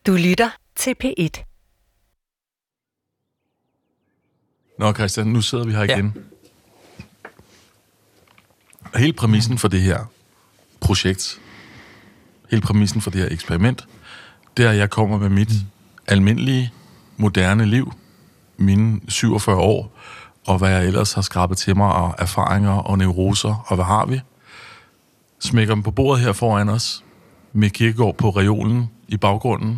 Du lytter til P1. Nå Christian, nu sidder vi her igen. Hele præmissen for det her projekt, hele præmissen for det her eksperiment, det er, at jeg kommer med mit almindelige, moderne liv, mine 47 år, og hvad jeg ellers har skrabet til mig af erfaringer og neuroser, og hvad har vi? Smækker dem på bordet her foran os, med Kierkegaard på reolen i baggrunden,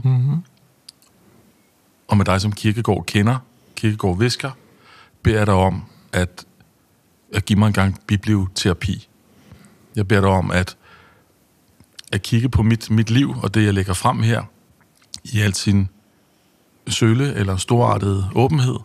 og med dig som Kierkegaard kender, Kierkegaard visker, beder jeg dig om at give mig en gang biblioterapi. Jeg beder dig om at kigge på mit liv, og det jeg lægger frem her, i al sin søle eller storartede åbenhed,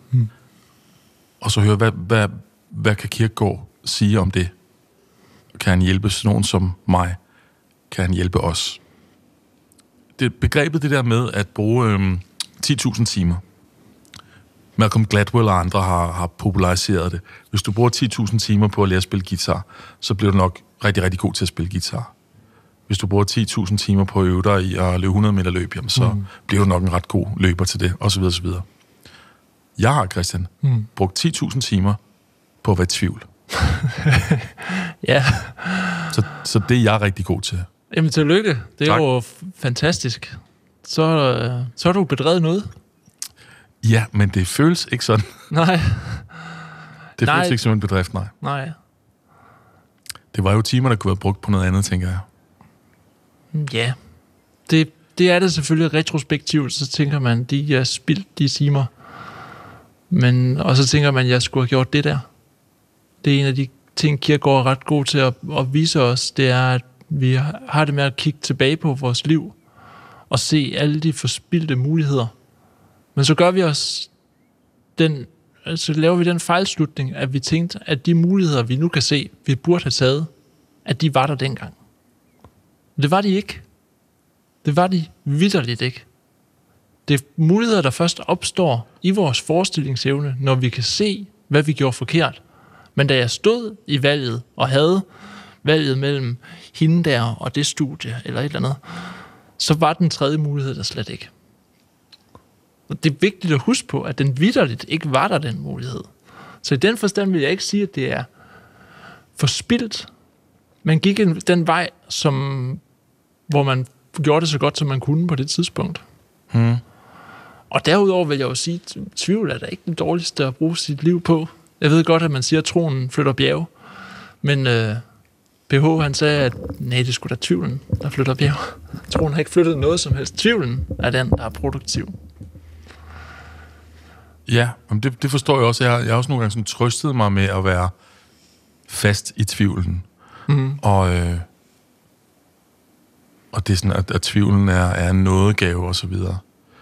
og så høre, hvad kan Kierkegaard sige om det? Kan han hjælpe sådan nogen som mig? Kan han hjælpe os? Det begrebet det der med at bruge 10.000 timer. Malcolm Gladwell og andre har populariseret det. Hvis du bruger 10.000 timer på at lære at spille guitar, så bliver du nok rigtig, rigtig god til at spille guitar. Hvis du bruger 10.000 timer på at øve dig i at løbe 100 meter løb, jamen, så bliver du nok en ret god løber til det, osv. osv. Jeg har, Christian, brugt 10.000 timer på at være i tvivl. Ja. Så det er jeg rigtig god til. Jamen, tillykke. Det er Tak. jo fantastisk. Så har du bedrevet noget. Ja, men det føles ikke sådan. Nej. Det føles ikke som en bedrift, nej. Nej. Det var jo timer, der kunne være brugt på noget andet, tænker jeg. Ja. Det er det selvfølgelig retrospektivt, så tænker man, de er spildt de timer. Og så tænker man, jeg skulle have gjort det der. Det er en af de ting, Kierkegaard er ret god til at vise os, det er, at vi har det med at kigge tilbage på vores liv, og se alle de forspildte muligheder. Men så gør vi os så laver vi den fejlslutning, at vi tænkte, at de muligheder, vi nu kan se, vi burde have taget, at de var der dengang. Det var de ikke. Det var de vitterligt ikke. Det er muligheder, der først opstår i vores forestillingsevne, når vi kan se, hvad vi gjorde forkert. Men da jeg stod i valget, og havde valget mellem hende der og det studie, eller et eller andet, så var den tredje mulighed der slet ikke. Og det er vigtigt at huske på, at den vitterligt ikke var der, den mulighed. Så i den forstand vil jeg ikke sige, at det er forspildt. Man gik den vej, hvor man gjorde det så godt, som man kunne på det tidspunkt. Og derudover vil jeg jo sige, at tvivl er da ikke det dårligste at bruge sit liv på. Jeg ved godt, at man siger, at troen flytter bjerge. Men PH, han sagde, at nej, det skulle da tvivlen, der flytter bjerge. Troen har ikke flyttet noget som helst. Tvivlen er den, der er produktiv. Ja, men det forstår jeg også. Jeg har også nogle gange sådan trøstet mig med at være fast i tvivlen. Og det er sådan, at tvivlen er en nådegave og så videre.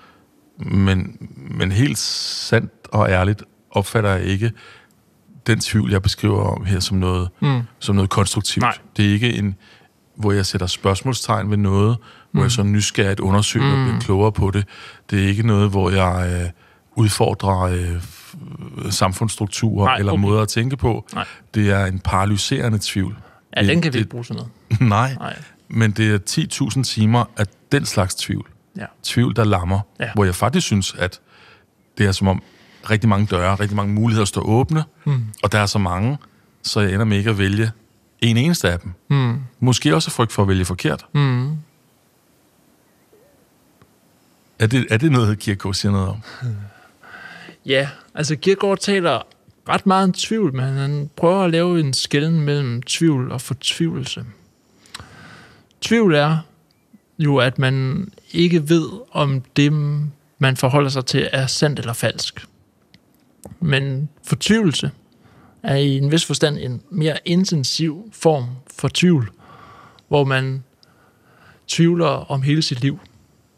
Men helt sandt og ærligt opfatter jeg ikke den tvivl, jeg beskriver om her som noget konstruktivt. Nej. Det er ikke hvor jeg sætter spørgsmålstegn ved noget, hvor jeg så nysgerrigt undersøger og bliver klogere på det. Det er ikke noget, hvor jeg udfordrer samfundsstrukturer eller måder at tænke på. Nej. Det er en paralyserende tvivl. Ja, den kan vi ikke bruge sådan noget. Nej, men det er 10.000 timer af den slags tvivl. Ja. Tvivl, der lammer. Ja. Hvor jeg faktisk synes, at det er som om rigtig mange døre, rigtig mange muligheder står åbne, og der er så mange, så jeg ender med ikke at vælge en eneste af dem. Måske også frygt for at vælge forkert. Er det noget, Kierkegaard siger noget om? Ja, altså Kierkegaard taler ret meget om tvivl, men han prøver at lave en skelnen mellem tvivl og fortvivlelse. Tvivl er jo, at man ikke ved, om det, man forholder sig til, er sandt eller falsk. Men fortvivlelse er i en vis forstand en mere intensiv form for tvivl, hvor man tvivler om hele sit liv.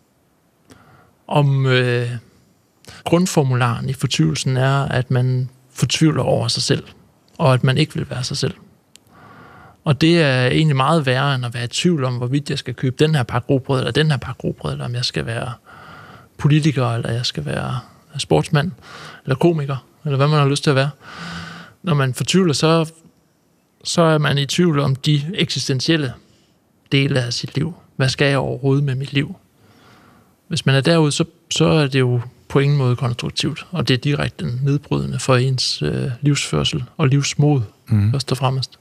Om grundformularen i fortvivlelsen er, at man fortvivler over sig selv, og at man ikke vil være sig selv. Og det er egentlig meget værre, end at være i tvivl om, hvorvidt jeg skal købe den her pakke rugbrød, eller den her pakke rugbrød, eller om jeg skal være politiker, eller jeg skal være sportsmand, eller komiker, eller hvad man har lyst til at være. Når man fortvivler, så er man i tvivl om de eksistentielle dele af sit liv. Hvad skal jeg overhovedet med mit liv? Hvis man er derude, så er det jo på ingen måde konstruktivt, og det er direkte nedbrydende for ens livsførsel og livsmod, først og fremmest.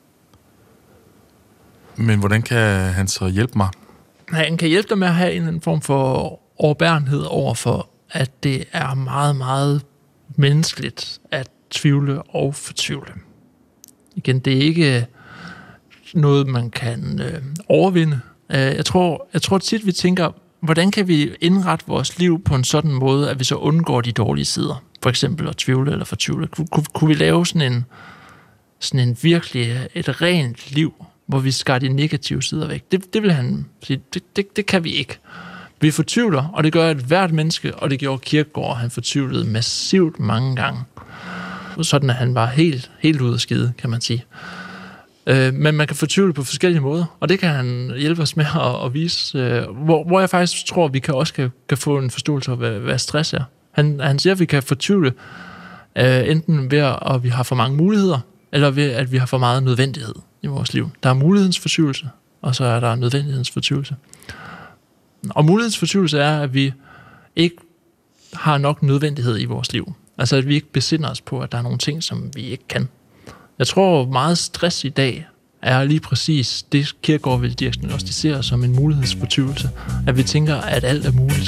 Men hvordan kan han så hjælpe mig? Han kan hjælpe dig med at have en form for overbærenhed overfor, at det er meget, meget menneskeligt at tvivle og fortvivle. Igen, det er ikke noget, man kan overvinde. Jeg tror tit, vi tænker, hvordan kan vi indrette vores liv på en sådan måde, at vi så undgår de dårlige sider? For eksempel at tvivle eller fortvivle. Kunne vi lave sådan en virkelig et rent liv, hvor vi skar de negative sider væk? Det vil han sige, det kan vi ikke. Vi fortvivler, og det gør et hvert menneske, og det gjorde Kierkegaard. Han fortvivlede massivt mange gange. Sådan at han var helt ude af skide, kan man sige. Men man kan fortvivle på forskellige måder, og det kan han hjælpe os med at vise, hvor jeg faktisk tror, at vi også kan få en forståelse af, hvad stress er. Han siger, at vi kan fortvivle enten ved, at vi har for mange muligheder, eller ved, at vi har for meget nødvendighed i vores liv. Der er mulighedens fortvivlelse, og så er der nødvendighedens fortvivlelse. Og mulighedens fortvivlelse er, at vi ikke har nok nødvendighed i vores liv. Altså, at vi ikke besinder os på, at der er nogle ting, som vi ikke kan. Jeg tror, meget stress i dag er lige præcis det, Kierkegaard vil diagnostisere som en mulighedsfortvivlelse. At vi tænker, at alt er muligt.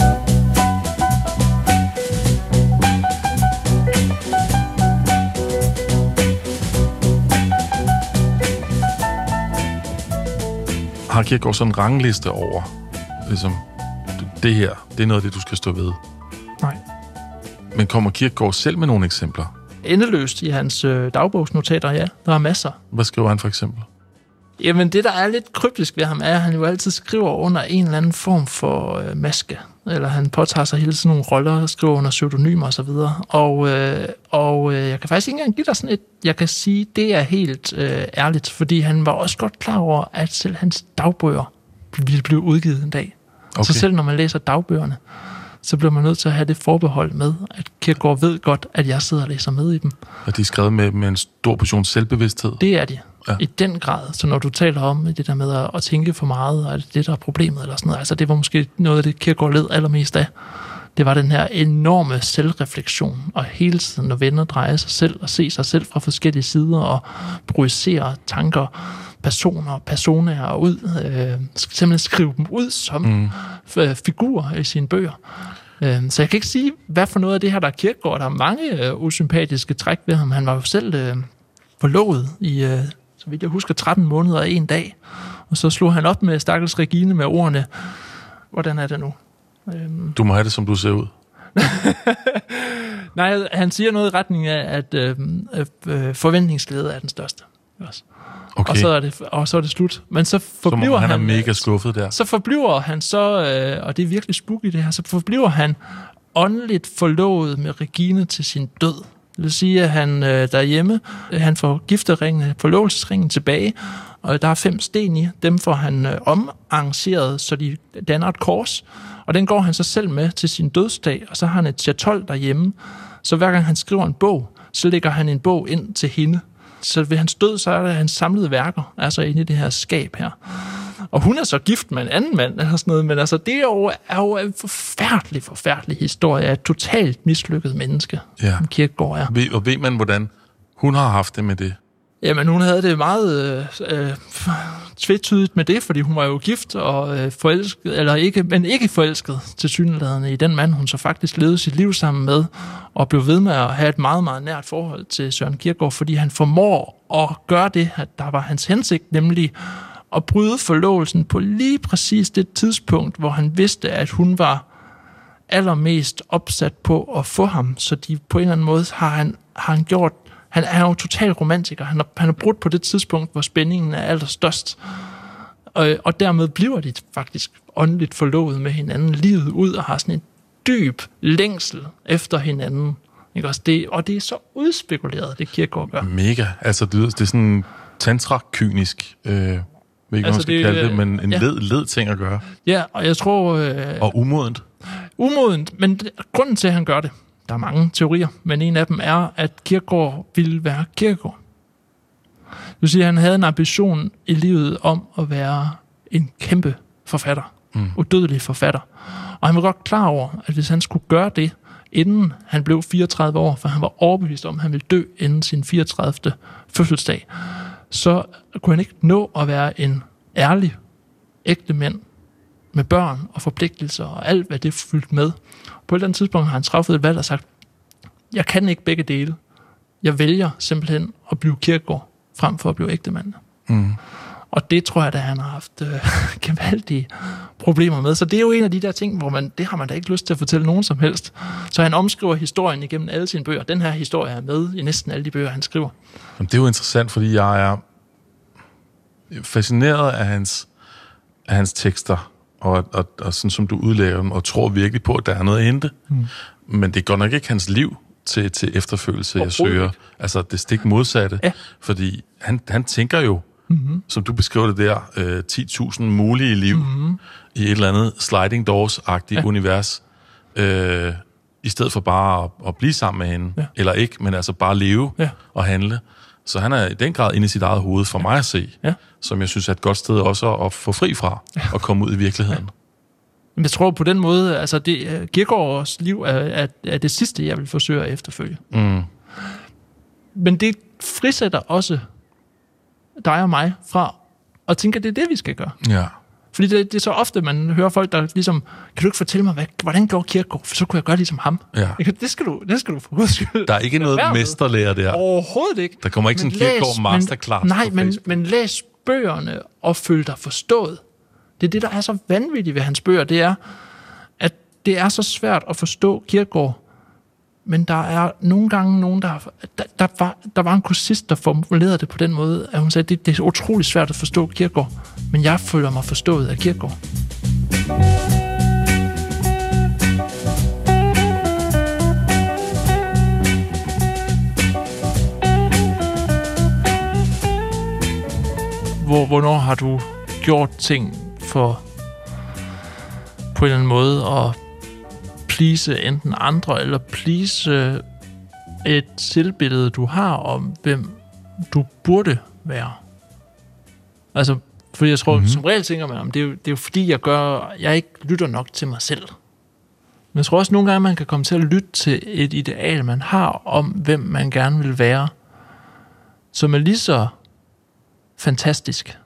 Har Kierkegaard sådan en rangliste over, ligesom, det her, det er noget af det, du skal stå ved? Nej. Men kommer Kierkegaard selv med nogle eksempler? Endeløst i hans dagbogsnotater, ja. Der er masser. Hvad skriver han for eksempel? Jamen, det, der er lidt kryptisk ved ham, er, at han jo altid skriver under en eller anden form for maske. Eller han påtager sig hele sådan nogle roller og skriver under pseudonymer osv. Og jeg kan faktisk ikke engang give dig sådan et... Jeg kan sige, det er helt ærligt, fordi han var også godt klar over, at selv hans dagbøger ville blive udgivet en dag. Okay. Så selv når man læser dagbøgerne, så bliver man nødt til at have det forbehold med, at Kierkegaard ved godt, at jeg sidder og læser med i dem. Og de er skrevet med en stor portion selvbevidsthed? Det er de. Ja. I den grad. Så når du taler om det der med at tænke for meget, og er det der er problemet, eller sådan noget, altså det var måske noget af det, Kierkegaard led allermest af. Det var den her enorme selvreflektion, og hele tiden at vende og dreje sig selv, og se sig selv fra forskellige sider, og projicere tanker, personer ud, simpelthen skrive dem ud som figurer i sine bøger. Så jeg kan ikke sige, hvad for noget af det her, der er Kierkegaard. Der er mange usympatiske træk ved ham. Han var jo selv forlovet i, så vidt jeg husker, 13 måneder og en dag. Og så slog han op med stakkels Regine med ordene, hvordan er det nu? Du må have det, som du ser ud. Nej, han siger noget i retning af, at forventningsglæde er den største. Også. Okay. Og så er det slut. Men så forbliver han er mega skuffet der. Så forbliver han så, og det er virkelig spooky det her, så forbliver han åndeligt forlovet med Regine til sin død. Det vil sige, at han derhjemme, han får gifteringen, forlovelsesringen tilbage, og der er 5 sten i. Dem får han omarrangeret, så de danner et kors. Og den går han så selv med til sin dødsdag, og så har han et chatol derhjemme. Så hver gang han skriver en bog, så lægger han en bog ind til hende. Så ved hans død, så er der hans samlede værker, altså inde i det her skab her. Og hun er så gift med en anden mand, eller sådan noget, men altså, det er jo en forfærdelig historie af et totalt mislykket menneske, som Kierkegaard er. Og ved man, hvordan hun har haft det med det? Jamen, hun havde det meget tvetydigt med det, fordi hun var jo gift og forelsket, eller ikke, men ikke forelsket tilsyneladende i den mand, hun så faktisk levede sit liv sammen med, og blev ved med at have et meget, meget nært forhold til Søren Kierkegaard, fordi han formår at gøre det, der var hans hensigt, nemlig at bryde forlovelsen på lige præcis det tidspunkt, hvor han vidste, at hun var allermest opsat på at få ham, så de på en eller anden måde har han gjort. Han er jo total romantiker. Han har brudt på det tidspunkt, hvor spændingen er allerstørst. Og dermed bliver de faktisk åndeligt forlovet med hinanden livet ud, og har sådan en dyb længsel efter hinanden. Ikke også? Og det er så udspekuleret, det Kierkegaard gør. Mega. Altså, det er sådan tantra-kynisk, ikke altså, man skal kalde det, men en led ting at gøre. Ja, og jeg tror... og umodent. Umodent, men grunden til, at han gør det, der er mange teorier, men en af dem er, at Kierkegaard ville være Kierkegaard. Det vil sige, at han havde en ambition i livet om at være en kæmpe forfatter. Udødelig forfatter. Og han var godt klar over, at hvis han skulle gøre det, inden han blev 34 år, for han var overbevist om, at han ville dø inden sin 34. fødselsdag, så kunne han ikke nå at være en ærlig, ægte mand med børn og forpligtelser og alt, hvad det fyldte med. På et eller andet tidspunkt har han træffet et valg og sagt, jeg kan ikke begge dele. Jeg vælger simpelthen at blive Kierkegaard, frem for at blive ægte mand. Og det tror jeg, at han har haft gevaldige problemer med. Så det er jo en af de der ting, hvor det har man da ikke lyst til at fortælle nogen som helst. Så han omskriver historien igennem alle sine bøger. Den her historie er med i næsten alle de bøger, han skriver. Jamen, det er jo interessant, fordi jeg er fascineret af hans tekster, og sådan som du udlægger dem, og tror virkelig på, at der er noget at hente. Men det går nok ikke hans liv til efterfølgelse, jeg søger. Altså det stik modsatte. Ja. Fordi han tænker jo, som du beskriver det der, 10.000 mulige liv i et eller andet sliding doors-agtigt univers, i stedet for bare at blive sammen med hende, eller ikke, men altså bare leve og handle. Så han er i den grad inde i sit eget hoved, for mig at se, som jeg synes er et godt sted også at få fri fra, og komme ud i virkeligheden. Men jeg tror på den måde, altså Kierkegaards liv er det sidste, jeg vil forsøge at efterfølge. Men det frisætter også dig og mig fra at tænke, at det er det, vi skal gøre. Ja. Fordi det er så ofte, man hører folk, der ligesom, kan du ikke fortælle mig, hvordan gjorde Kierkegaard? For så kunne jeg gøre ligesom ham. Ja. Det skal du for guds skyld. Der er ikke noget mesterlærer der. Overhovedet ikke. Der kommer ikke sådan en Kierkegaard masterclass. Men læs bøgerne og føl dig forstået. Det er det, der er så vanvittigt ved hans bøger. Det er, at det er så svært at forstå Kierkegaard. Men der er nogle gange nogen, der var en kursist, der formulerede det på den måde, at hun sagde, at det er utroligt svært at forstå Kierkegaard, men jeg føler mig forstået af Kierkegaard. Hvornår har du gjort ting for på en eller anden måde at please enten andre, eller please et selvbillede, du har om, hvem du burde være? Altså, fordi jeg tror, som regel tænker man om, det er jo fordi, jeg ikke lytter nok til mig selv. Men jeg tror også nogle gange, man kan komme til at lytte til et ideal, man har om, hvem man gerne vil være, som er lige så fantastisk.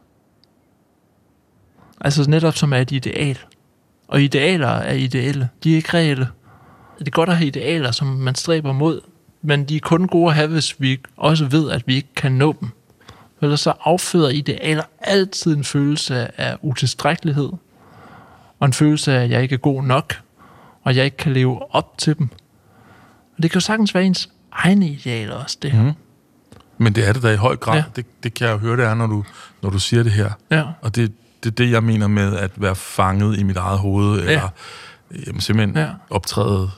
Altså netop som er et ideal. Og idealer er ideelle. De er ikke reelle. Det er godt at have idealer, som man stræber mod, men de er kun gode at have, hvis vi også ved, at vi ikke kan nå dem. Ellers så afføder idealer altid en følelse af utilstrækkelighed, og en følelse af, at jeg ikke er god nok, og jeg ikke kan leve op til dem. Og det kan jo sagtens være ens egne idealer også, det her. Men det er det da i høj grad. Ja. Det kan jeg jo høre, det er, når du siger det her. Ja. Og det er det, jeg mener med at være fanget i mit eget hoved, eller simpelthen optræde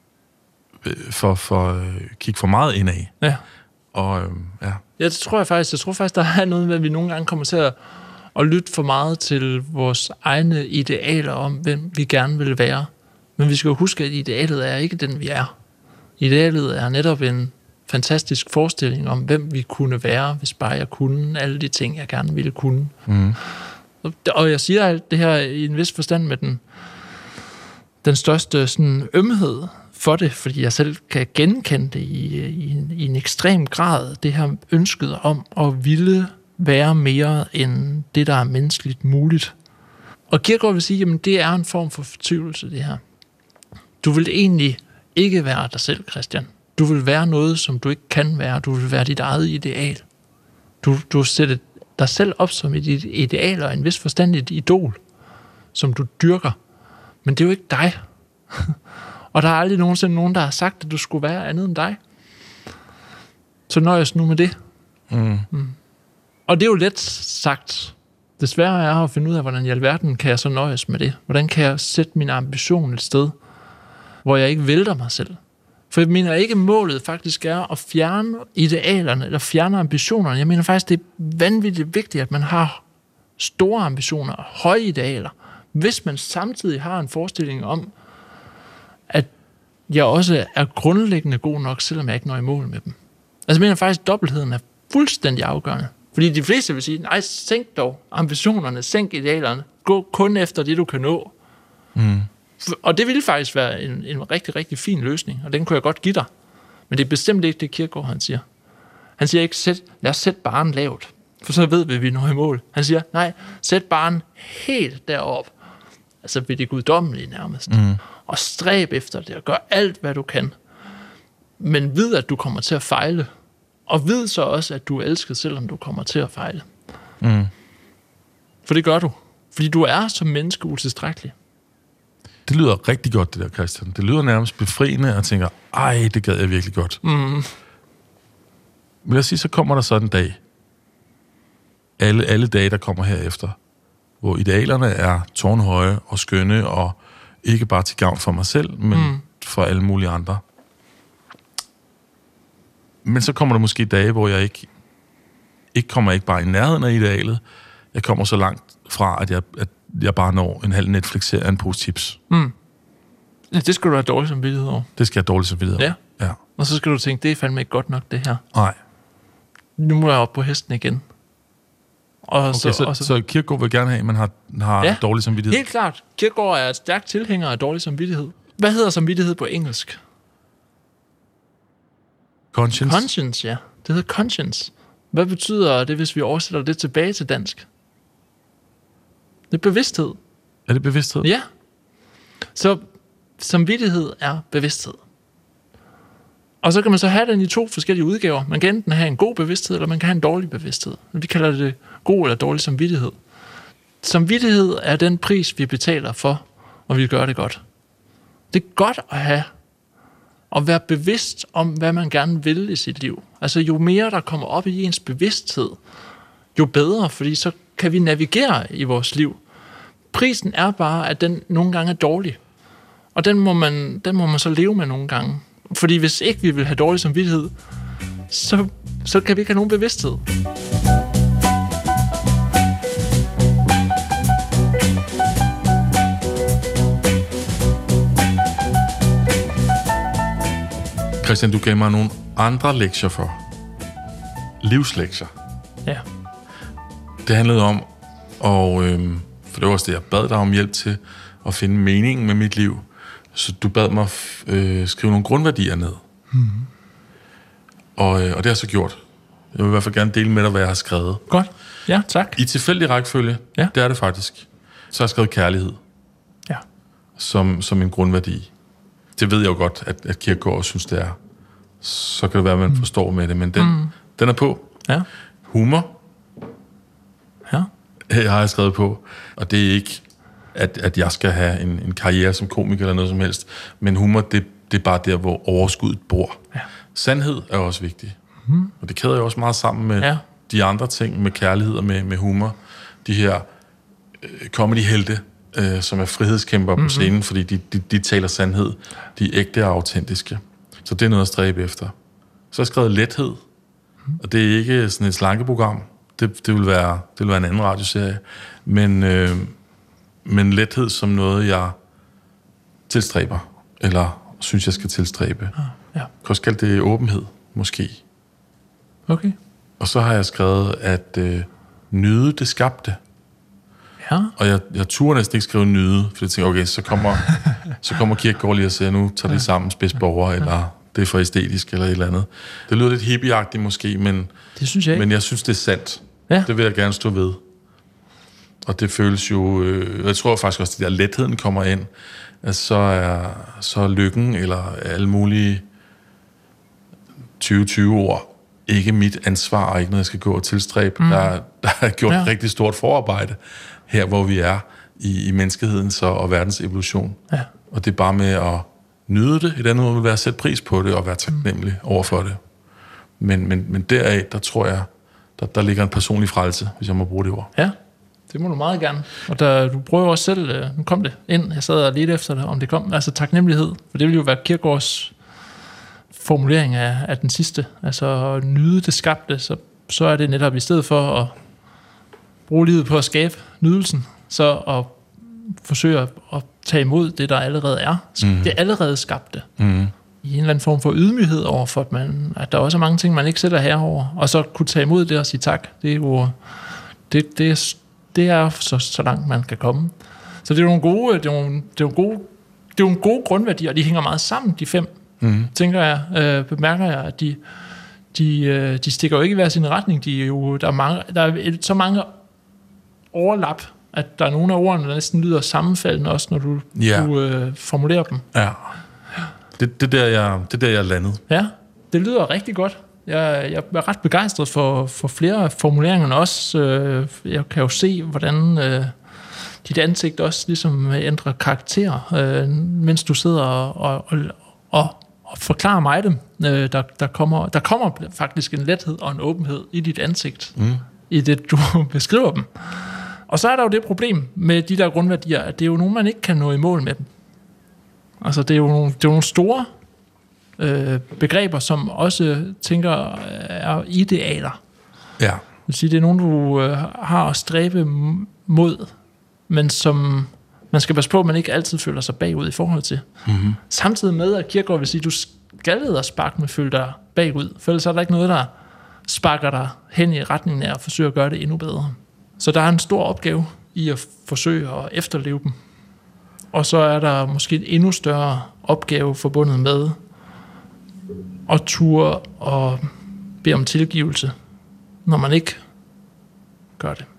for kigge for meget indad. Ja. Og Ja, det tror jeg faktisk. Jeg tror faktisk, der er noget med, at vi nogle gange kommer til at lytte for meget til vores egne idealer om, hvem vi gerne vil være. Men vi skal jo huske, at idealet er ikke den, vi er. Idealet er netop en fantastisk forestilling om, hvem vi kunne være, hvis bare jeg kunne alle de ting, jeg gerne ville kunne. Og jeg siger alt det her i en vis forstand med den største sådan, ømhed for det, fordi jeg selv kan genkende det i en ekstrem grad, det her ønsket om at ville være mere end det, der er menneskeligt muligt. Og Kierkegaard vil sige, jamen det er en form for fortvivlelse, det her. Du vil egentlig ikke være dig selv, Christian. Du vil være noget, som du ikke kan være. Du vil være dit eget ideal. Du sætter dig selv op som et ideal og en vis forstand et idol, som du dyrker. Men det er jo ikke dig. Og der er aldrig nogensinde nogen, der har sagt, at du skulle være andet end dig. Så nøjes nu med det. Og det er jo let sagt. Det svære er at finde ud af, hvordan i alverden kan jeg så nøjes med det. Hvordan kan jeg sætte min ambition et sted, hvor jeg ikke vælter mig selv. For jeg mener ikke, målet faktisk er at fjerne idealerne, eller fjerne ambitionerne. Jeg mener faktisk, det er vanvittigt vigtigt, at man har store ambitioner, høje idealer, hvis man samtidig har en forestilling om, at jeg også er grundlæggende god nok, selvom jeg ikke når i mål med dem. Altså jeg mener faktisk, at dobbeltheden er fuldstændig afgørende. Fordi de fleste vil sige, nej, sænk dog ambitionerne, sænk idealerne, gå kun efter det, du kan nå. Og det ville faktisk være en rigtig, rigtig fin løsning, og den kunne jeg godt give dig. Men det er bestemt ikke det, Kierkegaard han siger. Han siger ikke, lad os sætte barren lavt, for så ved vi når i mål. Han siger, nej, sæt barren helt derop, altså ved det guddommelige nærmest, og stræb efter det, og gør alt, hvad du kan. Men vid, at du kommer til at fejle, og vid så også, at du er elsket, selvom du kommer til at fejle. For det gør du, fordi du er som menneske utilstrækkelig. Det lyder rigtig godt, det der, Christian. Det lyder nærmest befriende, og jeg tænker, ej, det gad jeg virkelig godt. Men lad os sige, så kommer der sådan en dag. Alle dage, der kommer herefter, hvor idealerne er tårnhøje og skønne, og ikke bare til gavn for mig selv, men for alle mulige andre. Men så kommer der måske dage, hvor jeg ikke kommer bare i nærheden af idealet. Jeg kommer så langt fra, at jeg bare når en halv Netflix-serie af en pose chips. Det skal du have dårlig samvittighed over. Det skal jeg have dårlig samvittighed over. Ja. Og så skal du tænke, det er fandme ikke godt nok, det her. Nej. Nu må jeg op på hesten igen. Og okay, så Kierkegaard vil gerne have, at man har dårlig samvittighed? Helt klart. Kierkegaard er et stærkt tilhænger af dårlig samvittighed. Hvad hedder samvittighed på engelsk? Conscience. Conscience, ja. Det hedder conscience. Hvad betyder det, hvis vi oversætter det tilbage til dansk? Det er bevidsthed. Er det bevidsthed? Ja. Så samvittighed er bevidsthed. Og så kan man så have den i 2 forskellige udgaver. Man kan enten have en god bevidsthed, eller man kan have en dårlig bevidsthed. Vi kalder det god eller dårlig samvittighed. Samvittighed er den pris, vi betaler for, og vi gør det godt. Det er godt at have, at være bevidst om, hvad man gerne vil i sit liv. Altså jo mere der kommer op i ens bevidsthed, jo bedre, fordi så kan vi navigere i vores liv. Prisen er bare, at den nogle gange er dårlig. Og den må man så leve med nogle gange. Fordi hvis ikke vi vil have dårlig samvittighed, så kan vi ikke have nogen bevidsthed. Christian, du gav mig nogle andre lektier for. Livslektier. Ja. Det handlede om, for det var også det, jeg bad dig om hjælp til, at finde meningen med mit liv. Så du bad mig skrive nogle grundværdier ned. Og det har jeg så gjort. Jeg vil i hvert fald gerne dele med dig, hvad jeg har skrevet. Godt. Ja, tak. I tilfældig rækkefølge, det er det faktisk. Så har jeg skrevet kærlighed. Ja. Som en grundværdi. Det ved jeg jo godt, at Kierkegaard synes, det er. Så kan det være, at man forstår med det, men den er på. Ja. Humor. Ja. Jeg har skrevet på. Og det er ikke, at jeg skal have en karriere som komiker eller noget som helst. Men humor, det er bare der, hvor overskuddet bor. Ja. Sandhed er også vigtig. Og det kæder jeg også meget sammen med de andre ting, med kærlighed og med humor. De her comedy-helte, som er frihedskæmper på scenen, fordi de taler sandhed. De er ægte og autentiske. Så det er noget at stræbe efter. Så har jeg skrevet lethed. Og det er ikke sådan et slankeprogram. Det vil være en anden radioserie. Men lethed som noget, jeg tilstræber. Eller synes, jeg skal tilstræbe. Ja. Jeg kan også kalde det åbenhed, måske. Okay. Og så har jeg skrevet, at nyde det skabte. Ja. Og jeg turde næsten ikke skrive nyde, for jeg tænker, okay, så kommer Kierkegaard lige og siger, nu tager de sammen spidsborger, eller det er for æstetisk, eller et eller andet. Det lyder lidt hippieagtigt måske, men det synes jeg ikke. Men jeg synes, det er sandt. Ja. Det vil jeg gerne stå ved. Og det føles jo... jeg tror faktisk også, at der letheden kommer ind, at så er lykken, eller alle mulige 2020 ord, ikke mit ansvar, og ikke noget, jeg skal gå og tilstræbe. Der er gjort rigtig stort forarbejde her, hvor vi er i menneskehedens og verdens evolution. Ja. Og det er bare med at nyde det. Et andet vil være at sætte pris på det, og være taknemmelig over for det. Men deraf, der tror jeg, der ligger en personlig frelse, hvis jeg må bruge det ord. Ja, det må du meget gerne. Og du prøver også selv, nu kom det ind, jeg sad og ledte efter det, om det kom, altså taknemmelighed, for det vil jo være Kierkegaards formulering af den sidste, altså at nyde det skabte, så er det netop i stedet for at bruge livet på at skabe nydelsen, så at forsøge at tage imod det, der allerede er. Det allerede skabte. I en eller anden form for ydmyghed over for, at der også er mange ting, man ikke sætter herover, og så kunne tage imod det og sige tak. Det er jo det er så langt, man kan komme. Så det er nogle gode jo en god grundværdi, og de hænger meget sammen, de 5, tænker jeg, bemærker jeg, at de stikker jo ikke i hver sin retning. Der er så mange overlap, at der er nogle af ordene, der næsten lyder sammenfaldende, også når du formulerer dem. Ja. Det er der, jeg landede. Ja, det lyder rigtig godt. Jeg er ret begejstret for flere af formuleringerne også. Jeg kan jo se, hvordan dit ansigt også ligesom ændrer karakter, mens du sidder og forklarer mig dem. Der kommer faktisk en lethed og en åbenhed i dit ansigt, i det, du beskriver dem. Og så er der jo det problem med de der grundværdier, at det er jo nogen, man ikke kan nå i mål med dem. Altså, det er jo nogle store begreber, som også tænker er idealer. Ja. Det vil sige, det er nogen, du har at stræbe mod, men som man skal passe på, at man ikke altid føler sig bagud i forhold til. Mm-hmm. Samtidig med, at Kierkegaard vil sige, at du skal lede og sparke med føle dig bagud, for ellers er der ikke noget, der sparker dig hen i retningen af at forsøge at gøre det endnu bedre. Så der er en stor opgave i at forsøge at efterleve dem. Og så er der måske en endnu større opgave forbundet med at ture og bede om tilgivelse, når man ikke gør det.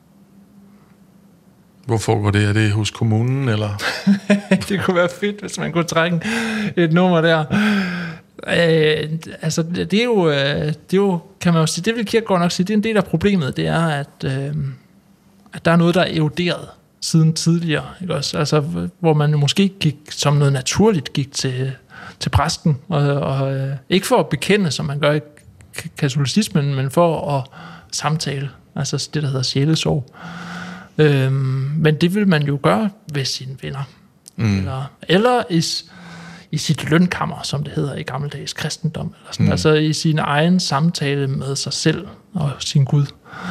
Hvor foregår det? Er det hos kommunen, eller? Det kunne være fedt, hvis man kunne trække et nummer der. Altså, det er jo, kan man jo sige, det vil Kierkegaard nok sige, det er en del af problemet, det er, at der er noget, der er eroderet siden tidligere, ikke også? Altså, hvor man måske gik som noget naturligt, gik til præsten, og ikke for at bekende, som man gør i katolicismen, men for at samtale, altså det, der hedder sjælesorg. Men det vil man jo gøre ved sine venner. Eller i sit lønkammer, som det hedder i gammeldags kristendom. Eller sådan. Altså i sin egen samtale med sig selv og sin Gud.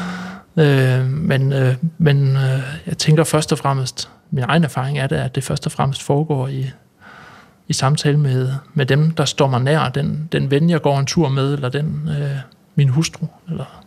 Men jeg tænker først og fremmest, min egen erfaring er det, at det først og fremmest foregår i samtale med dem, der står mig nær, den ven, jeg går en tur med, eller min hustru, eller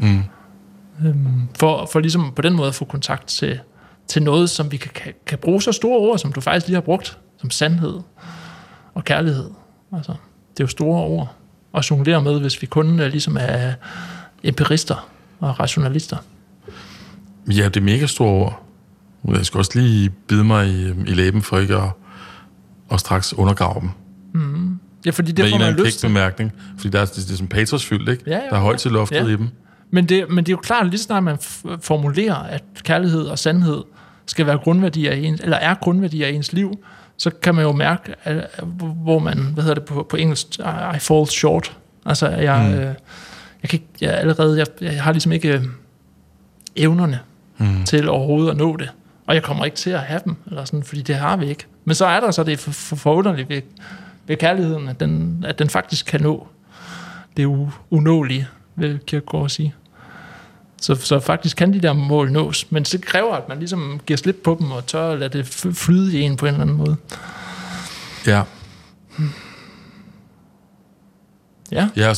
for ligesom på den måde at få kontakt til noget, som vi kan bruge så store ord, som du faktisk lige har brugt, som sandhed og kærlighed. Altså, det er jo store ord at jonglere med, hvis vi kun ligesom er empirister og rationalister. Ja, det er mega store ord. Jeg skal også lige bide mig i læben for ikke at straks undergrave dem. Mm. Ja, fordi det får man lyst til. Bemærkning, fordi det er sådan patrosfyldt, ikke? Ja, der er højt til loftet i dem. Men det er jo klart, lige snart man formulerer, at kærlighed og sandhed skal være grundværdier i ens, eller er grundværdier i ens liv, så kan man jo mærke, hvor man, på engelsk, I fall short. Altså, jeg har ligesom ikke evnerne til overhovedet at nå det. Og jeg kommer ikke til at have dem, eller sådan, fordi det har vi ikke. Men så er der så det forunderligt ved kærligheden, at den faktisk kan nå det unåelige, vil Kierkegaard sige. Så faktisk kan de der mål nås, men det kræver, at man ligesom giver slip på dem, og tør at lade det flyde i en på en eller anden måde. Ja. Ja. Ja,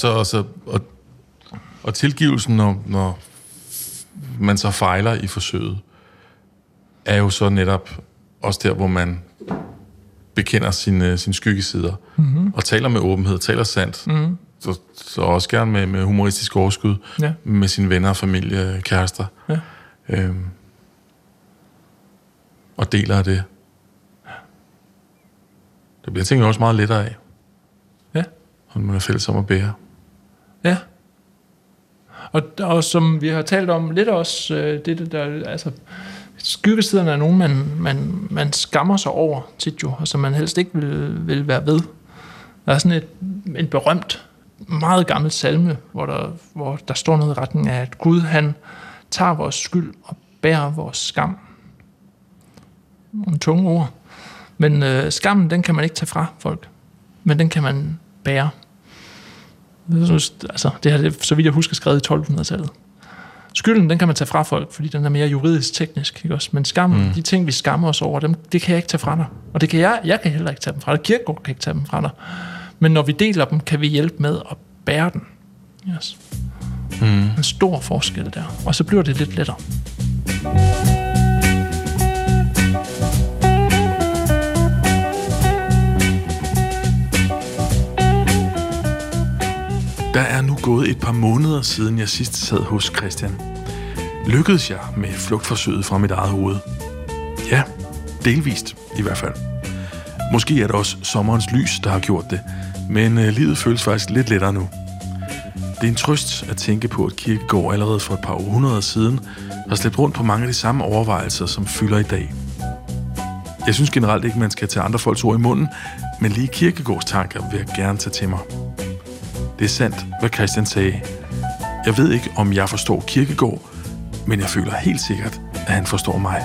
og tilgivelsen, når man så fejler i forsøget, er jo så netop også der, hvor man bekender sine skyggesider, og taler med åbenhed, taler sandt, så også gerne med humoristisk overskud, med sine venner, familie, kærester, og deler af det. Det bliver tingene også meget lettere af. Ja. Og man er fælles om at bære. Ja. Og som vi har talt om lidt også, det der, altså skyggesiderne er nogen, man skammer sig over tit jo, og som man helst ikke vil være ved. Der er sådan en berømt, meget gammel salme, hvor der står noget i retning af, at Gud, han tager vores skyld og bærer vores skam. Nogle tunge ord. Men skammen, den kan man ikke tage fra folk, men den kan man bære. Altså, det har det, så vidt jeg husker, skrevet i 1200-tallet. Skylden, den kan man tage fra folk, fordi den er mere juridisk teknisk, ikke også? Men skammen, de ting, vi skammer os over, dem, det kan jeg ikke tage fra dig. Og det kan jeg kan heller ikke tage dem fra dig. Kierkegaard kan ikke tage dem fra dig. Men når vi deler dem, kan vi hjælpe med at bære den. Yes. En stor forskel der. Og så bliver det lidt lettere. gået et par måneder siden jeg sidst sad hos Christian. Lykkedes jeg med flugtforsøget fra mit eget hoved? Ja, delvist i hvert fald. Måske er det også sommerens lys, der har gjort det, men livet føles faktisk lidt lettere nu. Det er en trøst at tænke på, at Kierkegaard allerede for et par århundreder siden har slæbt rundt på mange af de samme overvejelser, som fylder i dag. Jeg synes generelt ikke, man skal tage andre folks ord i munden, men lige Kierkegaards tanker vil jeg gerne tage til mig. Det er sandt, hvad Christian sagde. Jeg ved ikke, om jeg forstår Kierkegaard, men jeg føler helt sikkert, at han forstår mig.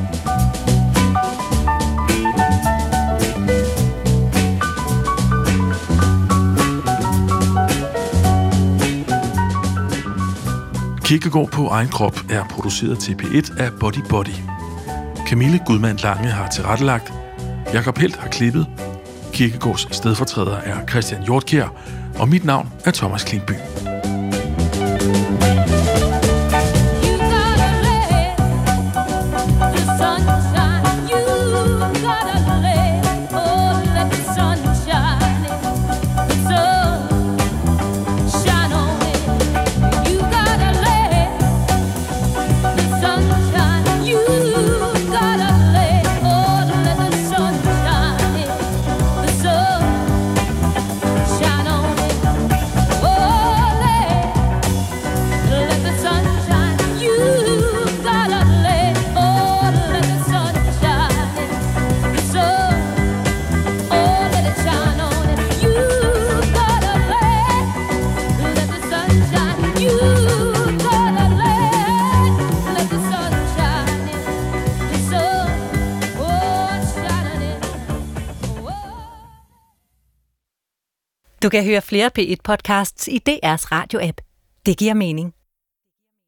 Kierkegaard på egen krop er produceret til P1 af Body Body. Camille Gudmand Lange har tilrettelagt, Jakob Helt har klippet, Kierkegaards stedfortræder er Christian Hjortkjær, og mit navn er Thomas Klingby. Du kan høre flere P1-podcasts i DR's radio-app. Det giver mening.